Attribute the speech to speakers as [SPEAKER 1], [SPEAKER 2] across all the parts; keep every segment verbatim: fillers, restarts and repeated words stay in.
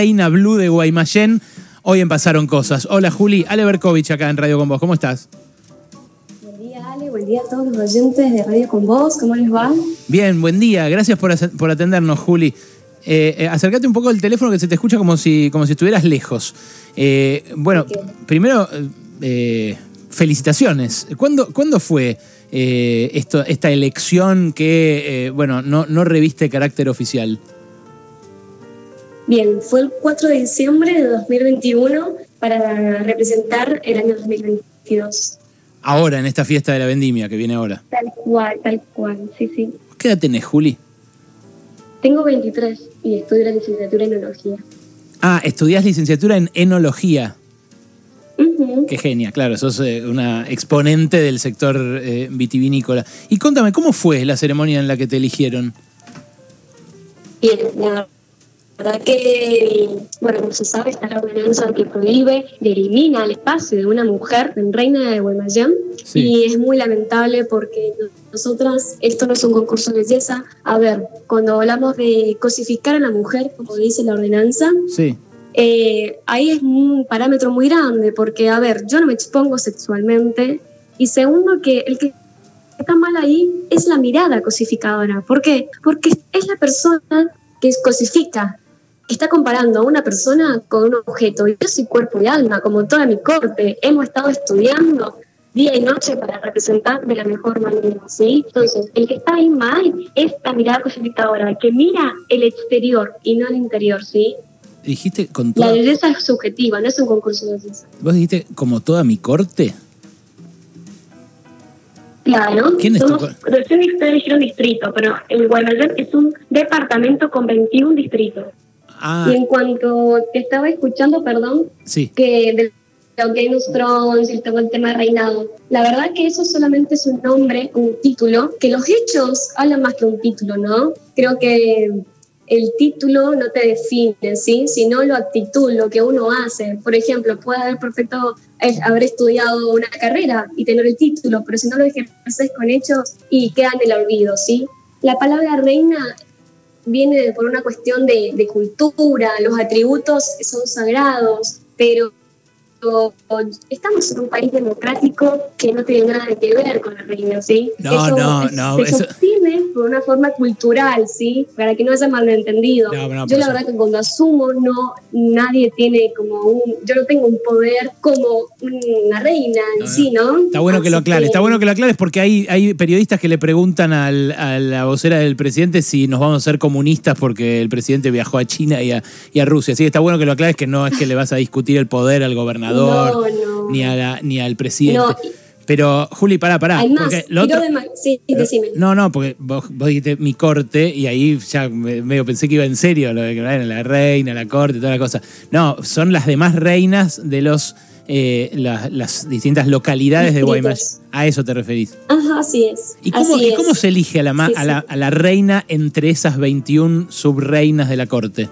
[SPEAKER 1] Reina Blue de Guaymallén. Hoy en Pasaron Cosas. Hola Juli, Ale Berkovich acá en Radio Con Vos. ¿Cómo estás?
[SPEAKER 2] Buen día Ale, buen día a todos los oyentes de Radio Con Vos. ¿Cómo les va?
[SPEAKER 1] Bien, buen día. Gracias por, por atendernos, Juli. Eh, eh, acércate un poco al teléfono que se te escucha como si, como si estuvieras lejos. Eh, bueno, okay. Primero, eh, felicitaciones. ¿Cuándo, ¿cuándo fue eh, esto, esta elección que, eh, bueno, no, no reviste carácter oficial?
[SPEAKER 2] Bien, fue el cuatro de diciembre de dos mil veintiuno para representar el año dos mil veintidós.
[SPEAKER 1] Ahora, en esta fiesta de la vendimia que viene ahora.
[SPEAKER 2] Tal cual, tal cual, sí, sí.
[SPEAKER 1] ¿Qué edad tenés, Juli?
[SPEAKER 2] Tengo veintitrés y estudio la licenciatura en enología.
[SPEAKER 1] Ah, estudiás licenciatura en enología.
[SPEAKER 2] Uh-huh.
[SPEAKER 1] Qué genia, claro, sos eh, una exponente del sector eh, vitivinícola. Y contame, ¿cómo fue la ceremonia en la que te eligieron?
[SPEAKER 2] Bien, la verdad que, bueno, como se sabe, está la ordenanza que prohíbe y elimina el espacio de una mujer en Reina de Guaymallén. Sí. Y es muy lamentable porque nosotras, esto no es un concurso de belleza. A ver, cuando hablamos de cosificar a la mujer, como dice la ordenanza,
[SPEAKER 1] sí.
[SPEAKER 2] eh, ahí es un parámetro muy grande porque, a ver, yo no me expongo sexualmente y segundo que el que está mal ahí es la mirada cosificadora. ¿Por qué? Porque es la persona que cosifica, que está comparando a una persona con un objeto. Yo soy cuerpo y alma, como toda mi corte. Hemos estado estudiando día y noche para representar de la mejor manera, ¿sí? Entonces, el que está ahí mal es la mirada cosificadora, que mira el exterior y no el interior, ¿sí?
[SPEAKER 1] Dijiste con toda...
[SPEAKER 2] La belleza es subjetiva, no es un concurso de belleza.
[SPEAKER 1] ¿Vos dijiste como toda mi corte?
[SPEAKER 2] Claro,
[SPEAKER 1] ¿Quién es
[SPEAKER 2] somos,
[SPEAKER 1] tu...
[SPEAKER 2] recién ustedes dijeron distrito, pero el Guaymallén es un departamento con veintiún distritos.
[SPEAKER 1] Ah.
[SPEAKER 2] Y en cuanto te estaba escuchando, perdón,
[SPEAKER 1] sí.
[SPEAKER 2] que de los Game of Thrones y todo el tema de reinado, la verdad que eso solamente es un nombre, un título, que los hechos hablan más que un título, ¿no? Creo que el título no te define, ¿sí? Sino la actitud, lo que uno hace. Por ejemplo, puede haber perfecto haber estudiado una carrera y tener el título, pero si no lo ejerces con hechos y queda en el olvido, ¿sí? La palabra reina viene por una cuestión de, de cultura, los atributos son sagrados, pero estamos en un país democrático que no tiene nada que ver con la reina, ¿sí?
[SPEAKER 1] No,
[SPEAKER 2] eso
[SPEAKER 1] no,
[SPEAKER 2] es,
[SPEAKER 1] no.
[SPEAKER 2] Se
[SPEAKER 1] eso...
[SPEAKER 2] sostiene por una forma cultural, ¿sí? Para que no haya malentendido.
[SPEAKER 1] No, no,
[SPEAKER 2] yo la
[SPEAKER 1] eso...
[SPEAKER 2] verdad que cuando asumo, no, nadie tiene como un... Yo no tengo un poder como una reina en no, sí, ¿no?
[SPEAKER 1] Está bueno
[SPEAKER 2] Así
[SPEAKER 1] que lo aclares,
[SPEAKER 2] que...
[SPEAKER 1] está bueno que lo aclares porque hay, hay periodistas que le preguntan al, a la vocera del presidente si nos vamos a ser comunistas porque el presidente viajó a China y a, y a Rusia. Así que está bueno que lo aclares, que no es que le vas a discutir el poder al gobernador.
[SPEAKER 2] No, no.
[SPEAKER 1] Ni, a la, ni al presidente.
[SPEAKER 2] No.
[SPEAKER 1] Pero, Juli, pará, pará.
[SPEAKER 2] Además,
[SPEAKER 1] porque lo otro,
[SPEAKER 2] de ma- sí, decime.
[SPEAKER 1] No, no, porque vos, vos dijiste mi corte y ahí ya medio pensé que iba en serio, lo de que era la reina, la corte, toda la cosa. No, son las demás reinas de los eh, la, las distintas localidades de Guaymallén. A eso te referís.
[SPEAKER 2] Ajá, así es.
[SPEAKER 1] ¿Y cómo,
[SPEAKER 2] así
[SPEAKER 1] ¿y cómo
[SPEAKER 2] es.
[SPEAKER 1] se elige a la,
[SPEAKER 2] sí,
[SPEAKER 1] a, la,
[SPEAKER 2] sí.
[SPEAKER 1] a la reina entre esas veintiún subreinas de la corte?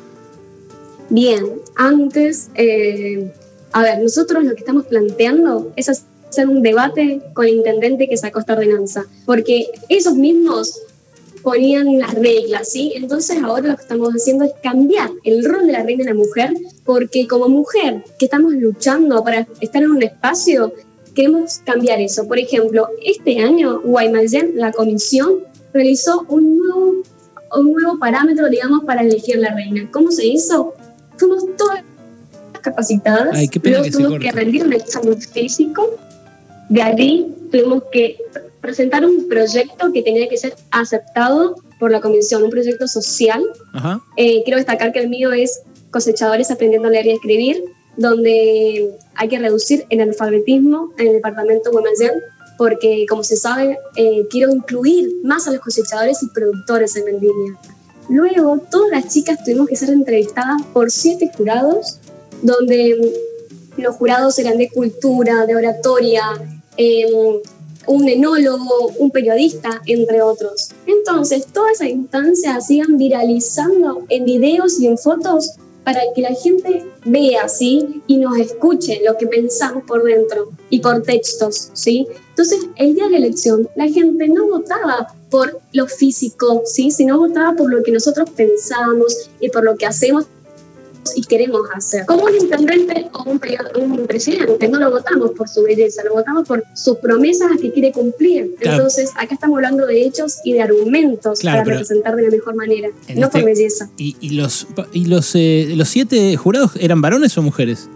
[SPEAKER 2] Bien, antes... Eh, A ver, nosotros lo que estamos planteando es hacer un debate con el intendente que sacó esta ordenanza, porque ellos mismos ponían las reglas, ¿sí? Entonces ahora lo que estamos haciendo es cambiar el rol de la reina y la mujer, porque como mujer que estamos luchando para estar en un espacio, queremos cambiar eso. Por ejemplo, este año Guaymallén, la comisión, realizó un nuevo, un nuevo parámetro, digamos, para elegir la reina. ¿Cómo se hizo? Fuimos todas capacitadas,
[SPEAKER 1] Ay, qué pena
[SPEAKER 2] luego
[SPEAKER 1] que
[SPEAKER 2] tuvimos
[SPEAKER 1] se
[SPEAKER 2] que rendir un examen físico, de allí tuvimos que presentar un proyecto que tenía que ser aceptado por la comisión, un proyecto social.
[SPEAKER 1] Ajá.
[SPEAKER 2] Eh, quiero destacar que el mío es Cosechadores aprendiendo a leer y a escribir, donde hay que reducir el analfabetismo en el departamento de Guaymallén, porque como se sabe, eh, quiero incluir más a los cosechadores y productores en vendimia. Luego, todas las chicas tuvimos que ser entrevistadas por siete jurados, donde los jurados eran de cultura, de oratoria, eh, un enólogo, un periodista, entre otros. Entonces, todas esas instancias sigan viralizando en videos y en fotos para que la gente vea, ¿sí? Y nos escuche lo que pensamos por dentro y por textos, ¿sí? Entonces, el día de la elección, la gente no votaba por lo físico, ¿sí? Sino votaba por lo que nosotros pensamos y por lo que hacemos queremos hacer. Como un intendente o un, un presidente, no lo votamos por su belleza, lo votamos por sus promesas que quiere cumplir. Claro. Entonces, acá estamos hablando de hechos y de argumentos, claro, para representar de la mejor manera, no este, por belleza.
[SPEAKER 1] ¿Y, y los y los, eh, los siete jurados eran varones o mujeres?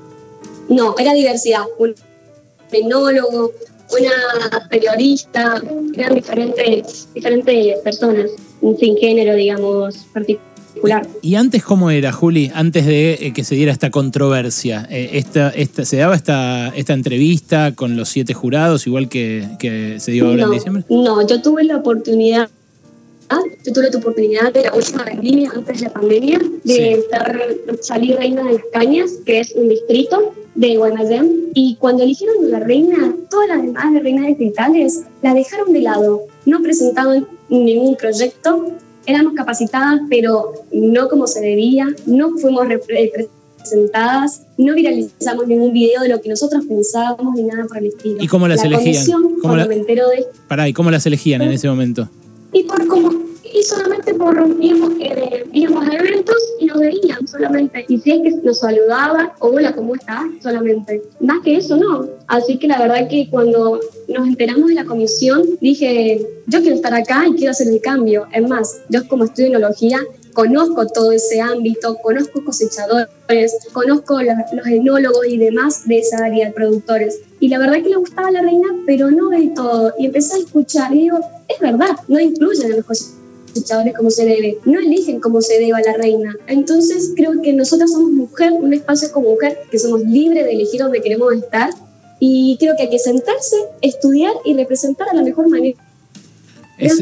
[SPEAKER 2] No, era diversidad. Un fenólogo, una periodista, eran diferentes, diferentes personas, sin género, digamos, particular.
[SPEAKER 1] ¿Y antes cómo era, Juli? Antes de eh, que se diera esta controversia, eh, esta, esta, ¿se daba esta, esta entrevista con los siete jurados, igual que, que se dio ahora
[SPEAKER 2] no,
[SPEAKER 1] en diciembre?
[SPEAKER 2] No, yo tuve la oportunidad, yo tuve la oportunidad de la última vendimia antes de la pandemia, de sí. estar, salir reina de las Cañas, que es un distrito de Guaymallén, y cuando eligieron la reina, todas las demás de reinas distritales la dejaron de lado, no presentaban ningún proyecto, éramos capacitadas, pero no como se debía, no fuimos representadas, no viralizamos ningún video de lo que nosotros pensábamos ni nada por el estilo.
[SPEAKER 1] ¿Y cómo las
[SPEAKER 2] la
[SPEAKER 1] elegían? ¿Cómo la...
[SPEAKER 2] me entero de...
[SPEAKER 1] Pará, ¿y cómo las elegían en ese momento?
[SPEAKER 2] Y por cómo... Y solamente por íbamos, eh, íbamos a eventos y nos veían solamente. Y si es que nos saludaban, hola, ¿cómo estás? Solamente. Más que eso, no. Así que la verdad que cuando nos enteramos de la comisión, dije, yo quiero estar acá y quiero hacer el cambio. Es más, yo como estudio enología, conozco todo ese ámbito, conozco cosechadores, conozco la, los enólogos y demás de esa área de productores. Y la verdad que le gustaba la reina, pero no del todo. Y empecé a escuchar y digo, es verdad, no incluyen a los cosechadores como se debe, no eligen como se debe a la reina. Entonces creo que nosotras somos mujer, un espacio como mujer, que somos libres de elegir donde queremos estar, y creo que hay que sentarse, estudiar y representar a la mejor manera. Es,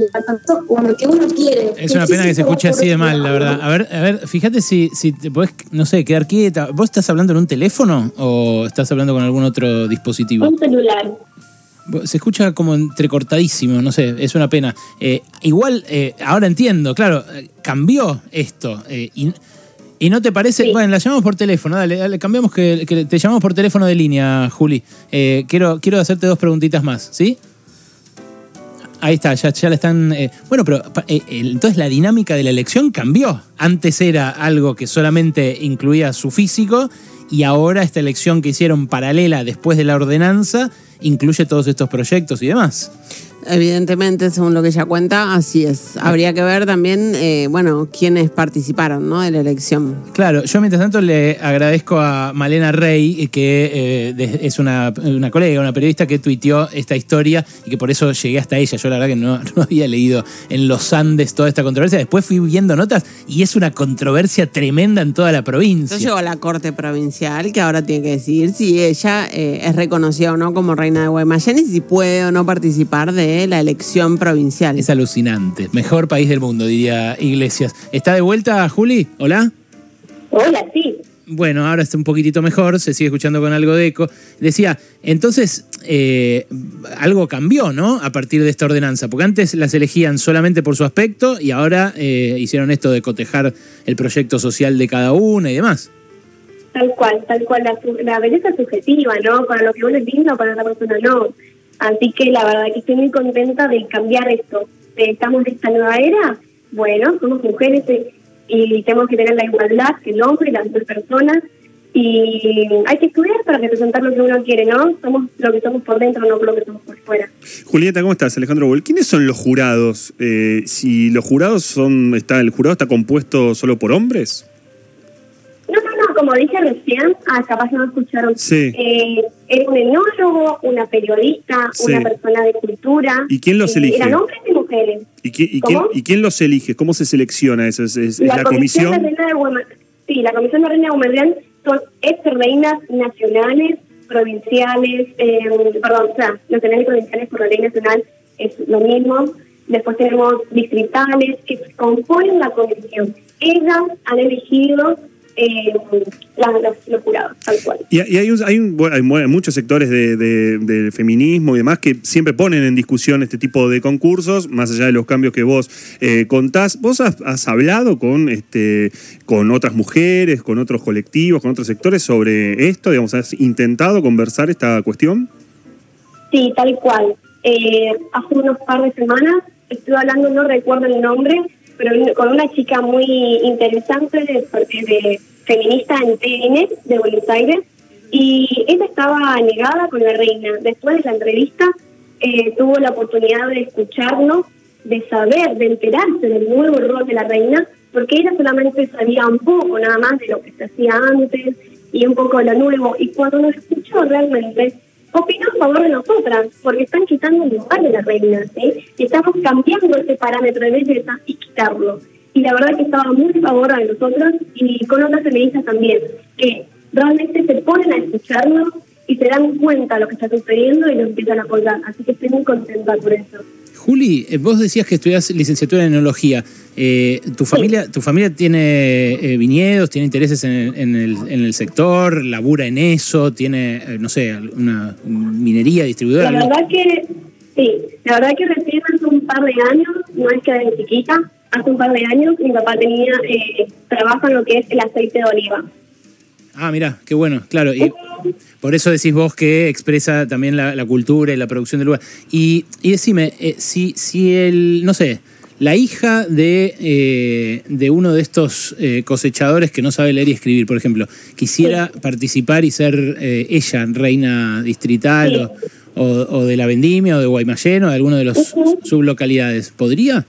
[SPEAKER 2] o lo que uno quiere.
[SPEAKER 1] Es una pena que se escuche así de mal, la verdad. A ver, a ver, fíjate si, si te podés, no sé, quedar quieta. ¿Vos estás hablando en un teléfono o estás hablando con algún otro dispositivo?
[SPEAKER 2] Un celular.
[SPEAKER 1] Se escucha como entrecortadísimo, no sé, es una pena. Eh, igual, eh, ahora entiendo, claro, cambió esto. Eh, y, y no te parece... Sí. Bueno, la llamamos por teléfono, dale, dale cambiamos que, que te llamamos por teléfono de línea, Juli. Eh, quiero, quiero hacerte dos preguntitas más, ¿sí? Ahí está, ya, ya la están... Eh, bueno, pero eh, entonces la dinámica de la elección cambió. Antes era algo que solamente incluía su físico y ahora esta elección que hicieron paralela después de la ordenanza incluye todos estos proyectos y demás.
[SPEAKER 3] Evidentemente, según lo que ella cuenta, así es. Habría que ver también, eh, bueno, quiénes participaron, ¿no?, de la elección.
[SPEAKER 1] Claro, yo mientras tanto le agradezco a Malena Rey, que eh, de, es una, una colega, una periodista que tuiteó esta historia y que por eso llegué hasta ella. Yo la verdad que no, no había leído en los Andes toda esta controversia. Después fui viendo notas y es una controversia tremenda en toda la provincia.
[SPEAKER 3] Yo llego a la Corte Provincial, que ahora tiene que decidir si ella eh, es reconocida o no como reina de Guaymallén y si puede o no participar de la elección provincial.
[SPEAKER 1] Es alucinante. Mejor país del mundo, diría Iglesias. ¿Está de vuelta, Juli? ¿Hola?
[SPEAKER 2] Hola, sí.
[SPEAKER 1] Bueno, ahora está un poquitito mejor, se sigue escuchando con algo de eco. Decía, entonces, eh, algo cambió, ¿no?, a partir de esta ordenanza, porque antes las elegían solamente por su aspecto y ahora eh, hicieron esto de cotejar el proyecto social de cada una y demás.
[SPEAKER 2] Tal cual, tal cual. La, la belleza es subjetiva, ¿no? Para lo que uno es digno, para otra persona no. Así que la verdad que estoy muy contenta de cambiar esto. Estamos en esta nueva era, bueno, somos mujeres y tenemos que tener la igualdad que el hombre y las dos personas. Y hay que estudiar para representar lo que uno quiere, ¿no? Somos lo que somos por dentro, no lo que somos por fuera.
[SPEAKER 4] Julieta, ¿cómo estás? Alejandro Boll. ¿Quiénes son los jurados? Eh, si los jurados son, está, ¿el jurado está compuesto solo por hombres?
[SPEAKER 2] No, no, no, como dije recién, ah, capaz no escucharon.
[SPEAKER 4] Sí.
[SPEAKER 2] Eh, era un enólogo, una periodista, sí. una persona de cultura.
[SPEAKER 4] ¿Y quién los
[SPEAKER 2] eh,
[SPEAKER 4] elige?
[SPEAKER 2] Eran hombres y mujeres.
[SPEAKER 4] ¿Y, qui y, quién, ¿Y quién los elige? ¿Cómo se selecciona? ¿Es, es, es la, la comisión? comisión? De Reina de sí, la comisión de Reina de Guaymallén son ex reinas nacionales, provinciales, eh, perdón, o sea, nacionales y provinciales por la ley nacional es lo mismo. Después tenemos distritales que componen la comisión. Ellas han elegido Eh, los, los jurados, tal cual. Y, y hay, un, hay, un, bueno, hay muchos sectores de, de, del feminismo y demás que siempre ponen en discusión este tipo de concursos, más allá de los cambios que vos eh, contás. ¿Vos has, has hablado con, este, con otras mujeres, con otros colectivos, con otros sectores sobre esto? Digamos, ¿has intentado conversar esta cuestión?
[SPEAKER 2] Sí, tal cual. Eh, hace unos par de semanas estuve hablando, no recuerdo el nombre, pero con una chica muy interesante de, de
[SPEAKER 4] feminista en T N de Buenos Aires, y ella estaba negada con la reina. Después de la entrevista eh, tuvo la oportunidad de escucharnos, de saber, de enterarse del nuevo rol de la reina, porque ella solamente sabía un poco nada más de lo que se hacía antes y un poco de lo nuevo, y cuando nos escuchó realmente opinó a favor de nosotras, porque están quitando el lugar de la reina, ¿sí? Y estamos cambiando ese parámetro de belleza y quitarlo. Y la verdad que estaba muy a favor de nosotros y con otras feministas también, que realmente se ponen a escucharnos y se dan cuenta de lo que está sucediendo y lo empiezan a apoyar. Así que estoy muy contenta por eso.
[SPEAKER 1] Juli, vos decías que estudias licenciatura en enología. Eh, ¿tu familia sí. tu familia tiene eh, viñedos, tiene intereses en el, en, el, en el sector, labura en eso, tiene, eh, no sé, una minería, distribuidora?
[SPEAKER 4] La verdad que sí, la verdad que recién hace un par de años, no es que desde chiquita, hace un par de años mi papá tenía eh, trabajo en lo que es el aceite de oliva.
[SPEAKER 1] Ah, mirá, qué bueno, claro. Y por eso decís vos que expresa también la, la cultura y la producción del lugar. Y, y decime, eh, si, si el, no sé, la hija de, eh, de uno de estos eh, cosechadores que no sabe leer y escribir, por ejemplo, quisiera sí. participar y ser eh, ella reina distrital sí. o, o, o de la Vendimia o de Guaymallén o de alguno de los uh-huh. sublocalidades, ¿podría?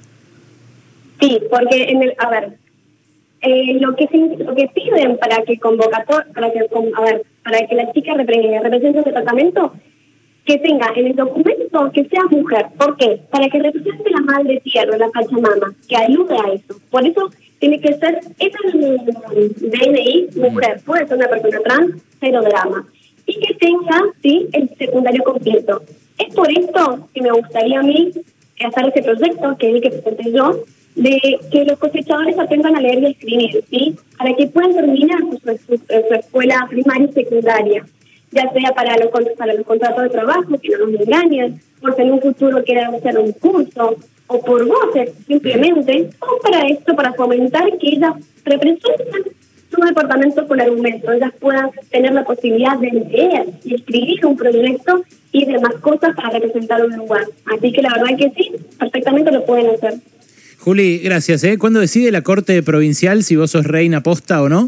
[SPEAKER 4] Sí, porque en el, a ver, eh, lo que lo que piden para que convocator, para que a ver, para que la chica repre, represente el departamento, que tenga en el documento que sea mujer. ¿Por qué? Para que represente la madre tierra, la Pachamama, que ayude a eso. Por eso tiene que ser, es el D N I mujer, puede ser una persona trans, cero drama. Y que tenga, sí, el secundario completo. Es por esto que me gustaría a mí hacer este proyecto, que es el que presenté yo, de que los cosechadores aprendan a leer y a escribir, ¿sí? Para que puedan terminar su, su, su escuela primaria y secundaria, ya sea para los, para los contratos de trabajo, que no nos engañen, porque en un futuro quieran hacer un curso, o por voces, simplemente, o para esto, para fomentar que ellas representen su departamento con argumentos, ellas puedan tener la posibilidad de leer y escribir un proyecto y demás cosas para representar un lugar. Así que la verdad que sí, perfectamente lo pueden hacer.
[SPEAKER 1] Juli, gracias. ¿eh? ¿Cuándo decide la Corte Provincial si vos sos reina posta o no?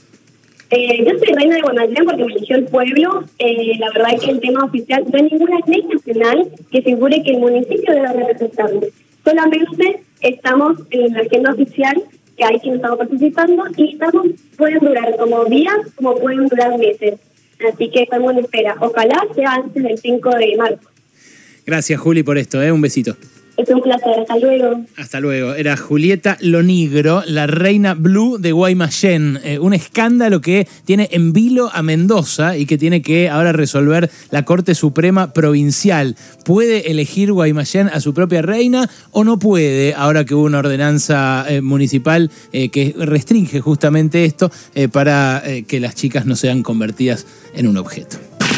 [SPEAKER 4] Eh, yo soy reina de Guaymallén porque me eligió el pueblo. Eh, la verdad es que el tema oficial, no hay ninguna ley nacional que figure que el municipio debe representarnos. Solamente estamos en la agenda oficial, que hay quienes estamos participando, y estamos, pueden durar como días, como pueden durar meses. Así que estamos en espera. Ojalá sea antes del cinco de marzo.
[SPEAKER 1] Gracias, Juli, por esto. ¿eh? Un besito.
[SPEAKER 4] Es un placer, hasta luego.
[SPEAKER 1] Hasta luego. Era Julieta Lonigro, la reina blue de Guaymallén. Eh, un escándalo que tiene en vilo a Mendoza y que tiene que ahora resolver la Corte Suprema Provincial. ¿Puede elegir Guaymallén a su propia reina o no puede, ahora que hubo una ordenanza eh, municipal eh, que restringe justamente esto eh, para eh, que las chicas no sean convertidas en un objeto?